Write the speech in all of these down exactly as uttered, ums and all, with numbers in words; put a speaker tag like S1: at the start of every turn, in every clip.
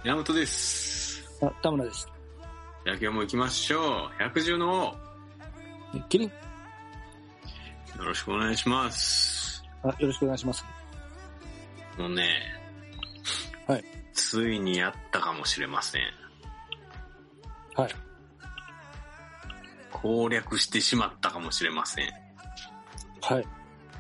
S1: 山本です。
S2: あ、田村です。
S1: じゃあ今日も行きましょう。百獣の王。
S2: キリン。よ
S1: ろしくお願いします。
S2: あ、よろしくお願いします。
S1: もうね、
S2: はい。
S1: ついにやったかもしれません。
S2: はい。
S1: 攻略してしまったかもしれません。
S2: はい。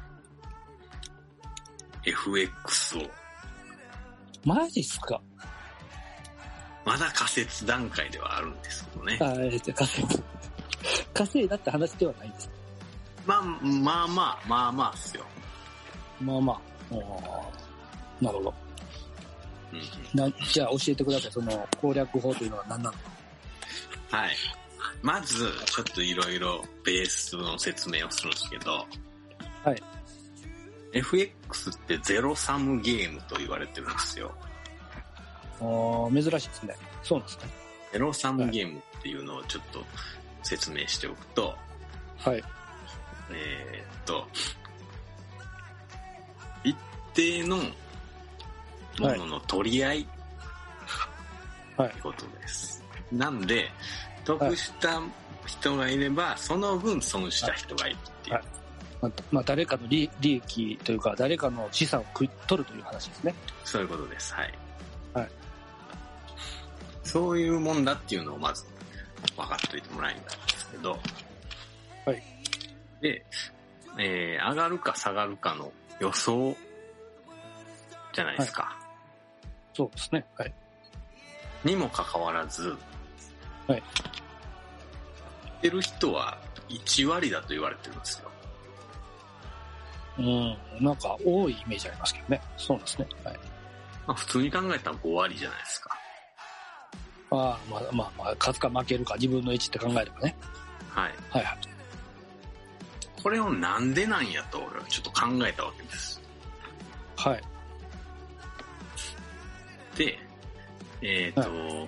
S1: エフエックス を。
S2: マジっすか？
S1: まだ仮説段階ではあるんですけどね。
S2: あ、えー、稼い、稼いだって話ではないんです。
S1: まあまあまあまあまあっすよ。
S2: まあまあ。なるほど。
S1: うんうん、
S2: なじゃあ教えてください。その攻略法というのは何なのか。
S1: はい。まずちょっといろいろベースの説明をするんですけど。
S2: はい。
S1: エフエックス ってゼロサムゲームと言われてるんですよ。
S2: あ、珍しいですね。そうなんですね。
S1: ゼロサムゲームっていうのをちょっと説明しておくと、
S2: はい。
S1: えー、っと、一定のものの取り合い
S2: はい。
S1: ってことです。はい、なんで、得した人がいれば、その分損した人がいるっていう。はい、
S2: まあ、まあ、誰かの利益というか、誰かの資産を食い取るという話ですね。
S1: そういうことです。はい。
S2: はい。
S1: そういうもんだっていうのをまず分かっといてもらいたいんですけど。
S2: はい。
S1: で、えー、上がるか下がるかの予想じゃないですか。はい、
S2: そうですね。はい。
S1: にもかかわらず、
S2: はい。
S1: 出る人はいちわりだと言われてるんですよ。
S2: うん、なんか多いイメージありますけどね。そうですね。はい。
S1: まあ普通に考えたらごわりじゃないですか。
S2: ああ、まあまあまあ、勝つか負けるか自分の位置って考えればね。
S1: はい。
S2: はいはい。
S1: これをなんでなんやと俺はちょっと考えたわけです。
S2: はい。
S1: で、えっ、ー、と、はい、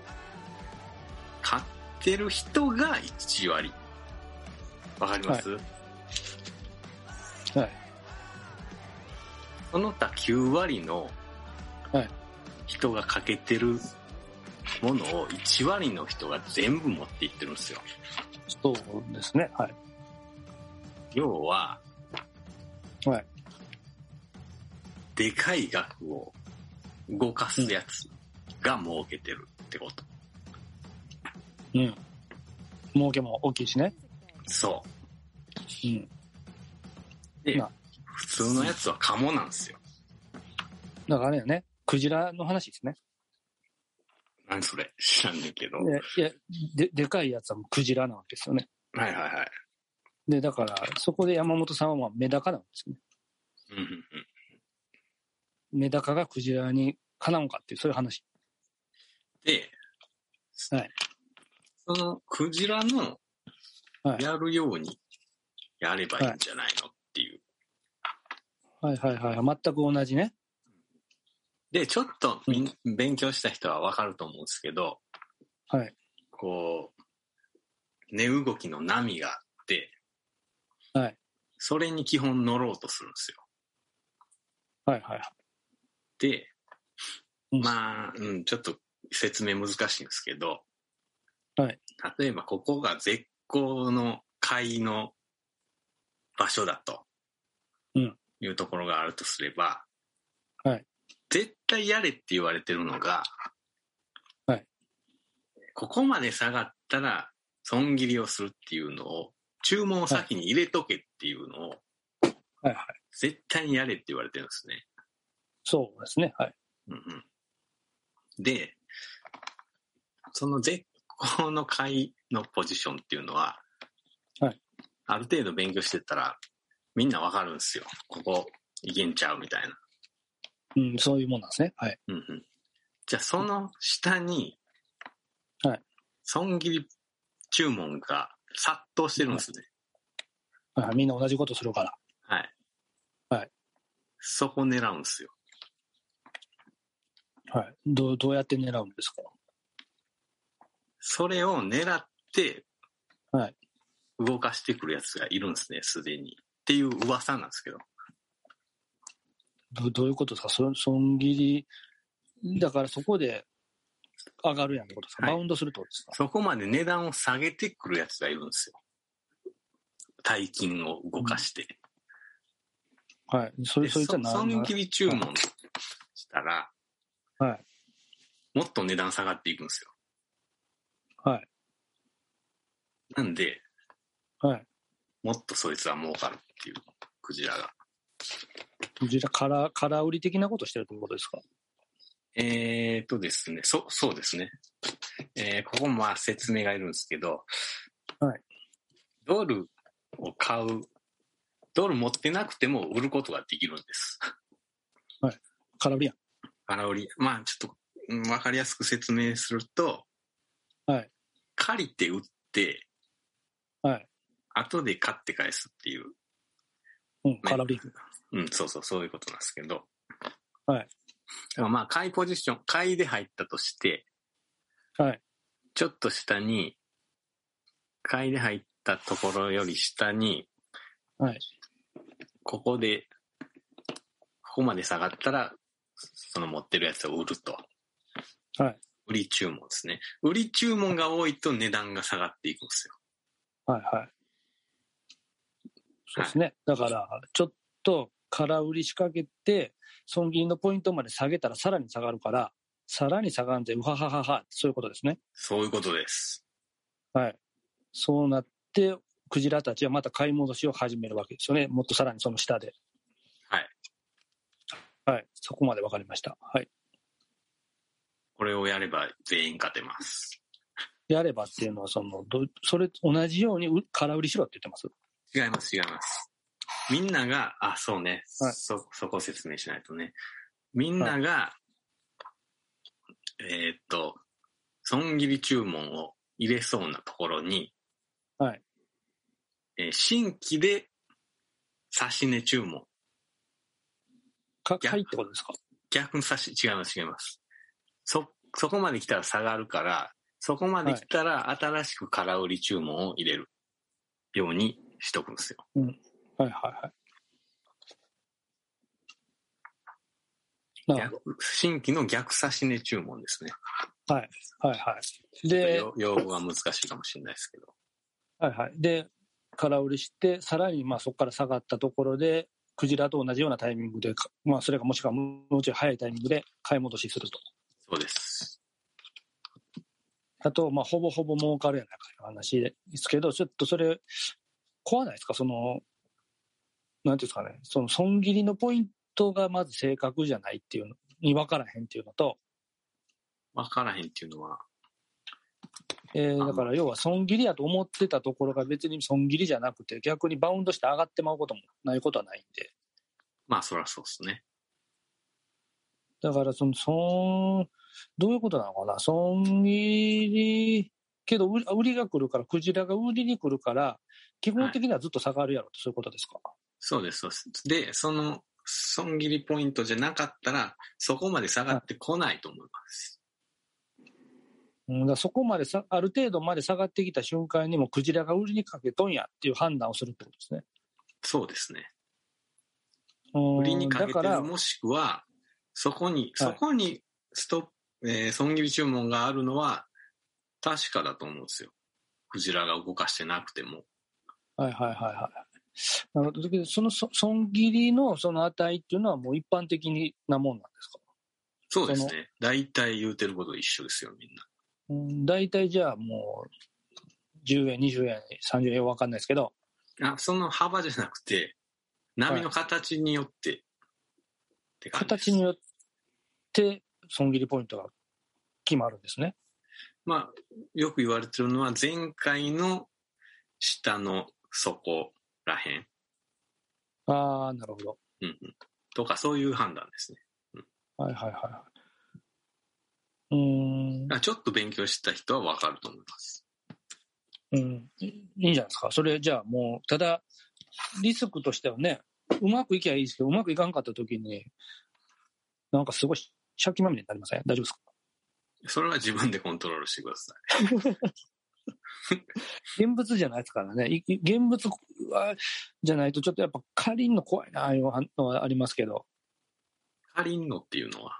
S1: 勝ってる人がいちわり。わかります？はい。
S2: はい、
S1: その他きゅうわりの人がかけてるものをいちわりの人が全部持っていってるんですよ。
S2: そうですね。はい。
S1: 要は、
S2: はい。
S1: でかい額を動かすやつが儲けてるってこと。
S2: うん。儲けも大きいしね。
S1: そう。
S2: うん。
S1: で、普通のやつはカモなんですよ。
S2: だからあれよね、クジラの話ですね。
S1: 何それ知らんねんけど。
S2: いや、いやで、でかいやつはもうクジラなわけですよね。
S1: はいはいはい。
S2: で、だから、そこで山本さんはメダカなんですよね。
S1: うんうんうん。
S2: メダカがクジラにかなうんかっていう、そういう話。
S1: で、
S2: はい。
S1: そのクジラのやるようにやればいいんじゃないのっていう。
S2: はいはいはいはい。全く同じね。
S1: で、ちょっと、うん、勉強した人はわかると思うんですけど、
S2: はい。
S1: こう、値動きの波があって、
S2: はい。
S1: それに基本乗ろうとするんですよ。
S2: はいはい。
S1: で、まあ、うん、ちょっと説明難しいんですけど、
S2: はい。
S1: 例えばここが絶好の買いの場所だと、いうところがあるとすれば、
S2: はい。
S1: 絶対やれって言われてるのが、
S2: はい。
S1: ここまで下がったら損切りをするっていうのを、注文を先に入れとけっていうのを、
S2: はいはい。
S1: 絶対にやれって言われてるんですね。
S2: そうですね。はい。
S1: うんうん、で、その絶好の買いのポジションっていうのは、
S2: はい。
S1: ある程度勉強してたら、みんなわかるんですよ。ここいけんちゃうみたいな。
S2: うん、そういうもんなんですね。はい。
S1: うんうん、じゃあその下に、
S2: はい。
S1: 損切り注文が殺到してるんですね。
S2: はい、はい。みんな同じことするから。
S1: はい。
S2: はい。そ
S1: こ狙うんですよ。
S2: はい。どう、どうやって狙うんですか？
S1: それを狙って、
S2: はい。
S1: 動かしてくるやつがいるんですね、すでに。っていう噂なんですけど。
S2: ど, どういうことですか？そ損切り、だからそこで上がるやんってことですか、はい、バウンドするってことですか。
S1: そこまで値段を下げてくるやつがいるんですよ。大金を動かして。
S2: うん、はい。それ、そいつは何
S1: 損切り注文したら、
S2: はい。
S1: もっと値段下がっていくんですよ。
S2: はい。
S1: なんで、
S2: はい。
S1: もっとそいつは儲かるっていう、クジラが。
S2: クジラ、空、空売り的なことしてるってことですか。
S1: えーとですね、そ、そうですね。えー、ここもまあ説明がいるんですけど、
S2: はい。
S1: ドルを買う、ドル持ってなくても売ることができるんです。
S2: はい。空売りやん。
S1: 空売り。まあちょっと、うん、わかりやすく説明すると、
S2: はい。
S1: 借りて売って、
S2: はい。
S1: 後で買って返すっていう。
S2: うん、空売り。
S1: うん、そうそう、そういうことなんですけど。
S2: はい。
S1: まあ、買いポジション、買いで入ったとして、
S2: はい。
S1: ちょっと下に、買いで入ったところより下に、
S2: はい。
S1: ここで、ここまで下がったら、その持ってるやつを売ると。
S2: はい。
S1: 売り注文ですね。売り注文が多いと値段が下がっていくんですよ。
S2: はいはい。そうですね。はい、だから、ちょっと空売り仕掛けて、損切りのポイントまで下げたらさらに下がるから、さらに下がんで、うはははは、そういうことですね。
S1: そういうことです。
S2: はい。そうなって、クジラたちはまた買い戻しを始めるわけですよね。もっとさらにその下で。
S1: はい。
S2: はい。そこまでわかりました。はい。
S1: これをやれば全員勝てます。
S2: やればっていうのは、その、どそれ同じように空売りしろって言ってます？
S1: 違います、違います。みんなが、あ、そうね。はい、そ、そこを説明しないとね。みんなが、はい、えー、っと、損切り注文を入れそうなところに、
S2: はい。
S1: えー、新規で差し値注文。
S2: か、買いってことですか？
S1: 逆差し、違います、違います。そ、そこまで来たら下がるから、そこまで来たら新しく空売り注文を入れるようにしとくんですよ。
S2: うん。はいはいはい。
S1: 逆新規の逆差し値注文ですね。
S2: はい。はいはい。で、
S1: 用語は難しいかもしれないですけど。
S2: はいはい。で、空売りして、さらにまあそこから下がったところで、クジラと同じようなタイミングで、まあそれがもしくはもうちょい早いタイミングで買い戻しすると。
S1: そうです。
S2: あと、まあほぼほぼ儲かるやないかという話ですけど、ちょっとそれ、怖ないですか？その、なんていうんですかね、その損切りのポイントがまず正確じゃないっていうのに分からへんっていうのと、
S1: 分からへんっていうのは、
S2: えー、だから要は損切りやと思ってたところが別に損切りじゃなくて逆にバウンドして上がってまうこともないことはないんで。
S1: まあそりゃそうですね。
S2: だからその損、どういうことなのかな、損切り、けど売りが来るから、クジラが売りに来るから、基本的にはずっと下がるやろって、はい、そういうことですか？
S1: そうです、そうです。で、その損切りポイントじゃなかったら、そこまで下がってこないと思います。
S2: うん、だそこまでさ、ある程度まで下がってきた瞬間にもクジラが売りにかけとんやっていう判断をするってことですね。
S1: そうですね。売りにかけてる、もしくはそこに、はい、そこにストップ、えー、損切り注文があるのは確かだと思うんですよ。クジラが動かしてなくても。
S2: はいはいはいはい。なるほど。だけどその損切りのその値っていうのはもう一般的なもんなんですか？
S1: そうですね。大体言うてること一緒ですよ、みんな。
S2: うん、大体じゃあもうじゅうえん、にじゅうえん、さんじゅうえんわかんないですけど。
S1: あ、その幅じゃなくて、波の形によって、はい、って感じです。
S2: 形によって損切りポイントが決まるんですね。
S1: まあ、よく言われてるのは前回の下の底らへん。
S2: ああ、なるほど。
S1: うんうん。とかそういう判断ですね。
S2: うん、はいはいはい。うーん。
S1: ちょっと勉強した人はわかると思います。
S2: うん。いいんじゃないですか。それじゃあもう、ただ、リスクとしてはね、うまくいきゃいいですけど、うまくいかんかった時に、なんかすごい借金まみれになりません？大丈夫ですか？
S1: それは自分でコントロールしてくださ
S2: い。現物じゃないですからね。現物はじゃないとちょっとやっぱ借りんの怖いな、ああいうのはありますけど。
S1: 借りんのっていうのは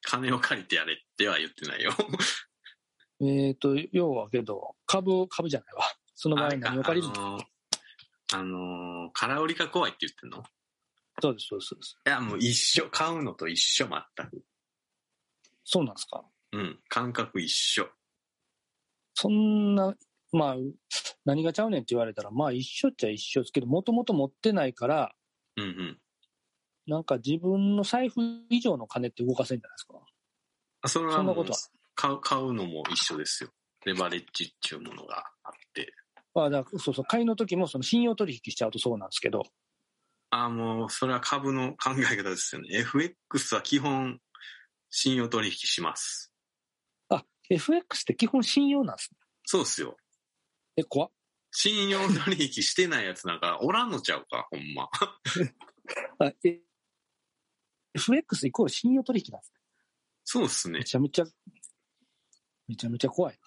S1: 金を借りてやれっては言ってないよ。
S2: えっと、要はけど、株、株じゃないわ。その場合何を借りるの？
S1: あのー、あのー、空売りが怖いって言ってんの？
S2: そうです、そうです、そうです。
S1: いや、もう一緒。買うのと一緒、全く。
S2: そうなんですか？
S1: うん、感覚一緒。
S2: そんな、まあ、何がちゃうねんって言われたら、まあ一緒っちゃ一緒ですけど、もともと持ってないから、
S1: うんうん。
S2: なんか自分の財布以上の金って動かせるんじゃないですか。
S1: あ、それはもう買う、買うのも一緒ですよ。レバレッジっていうものがあって。
S2: あだからそうそう、買いの時もその信用取引しちゃうとそうなんですけど。
S1: あ、もう、それは株の考え方ですよね。エフエックス は基本、信用取引します。
S2: あ、エフエックス って基本信用なんですね。
S1: そうっすよ。
S2: え、怖っ。
S1: 信用取引してないやつなんかおらんのちゃうか、ほんま。
S2: あえ エフエックス イコール信用取引なんですね。
S1: そうっすね。
S2: めちゃめちゃ、めちゃめちゃ怖い。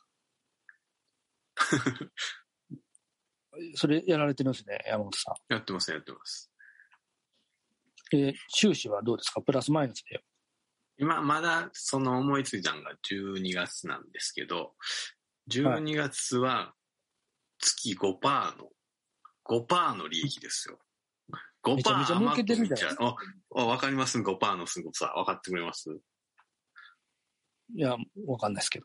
S2: それやられてるんですね、山本さん。
S1: やってます、やってます。
S2: え、収支はどうですか？プラスマイナスで。
S1: 今、まだその思いついたのがじゅうにがつなんですけど、じゅうにがつは月 ごパーセント の、ごパーセント の利益ですよ。ごパーセント
S2: めちゃめちゃ儲けてるじゃないですか。
S1: あ、わかります ?ごパーセント のすごさ。わかってくれます？
S2: いや、わかんないですけど。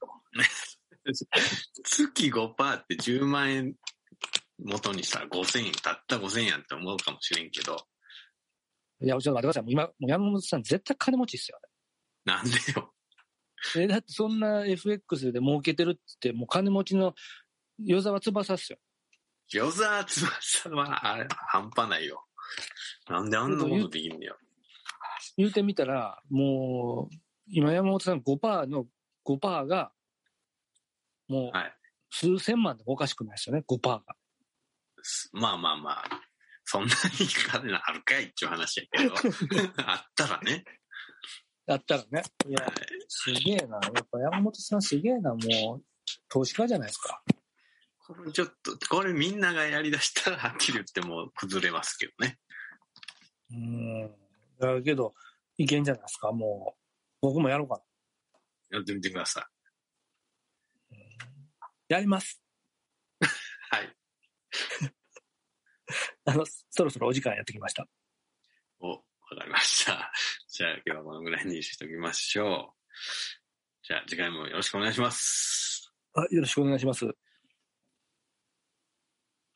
S1: 月 ごパーセント ってじゅうまんえん元にしたらごせんえん、たったごせんえんやって思うかもしれんけど。
S2: いや、ちょっと待ってください。もう今、もう山本さん絶対金持ちっすよ。
S1: なんでよ。
S2: え、だってそんな エフエックス で儲けてるって言って、もう金持ちの与沢翼っすよ。
S1: 与沢翼は、あれ、半端ないよ。なんであんなことできんねや。
S2: 言うてみたら、もう、今山本さん ごパーセント の ごパーセント が、もう、数千万でもおかしくないですよね、ごパーセント が。
S1: まあまあまあ、そんなに金あるかいっていう話やけど、あったらね。
S2: あったらね。いや、すげえな。やっぱ山本さんすげえな、もう、投資家じゃないですか。
S1: これちょっと、これみんながやりだしたらはっきり言っても崩れますけどね。
S2: うん。だけど、いけんじゃないですか、もう。僕もやろうか
S1: な。やってみてくださ
S2: い。やります。
S1: はい。
S2: あの、そろそろお時間やってきました。
S1: お、わかりました。じゃあ今日はこのぐらいにしておきましょう。じゃあ次回もよろしくお願いします。
S2: あ、よろしくお願いします。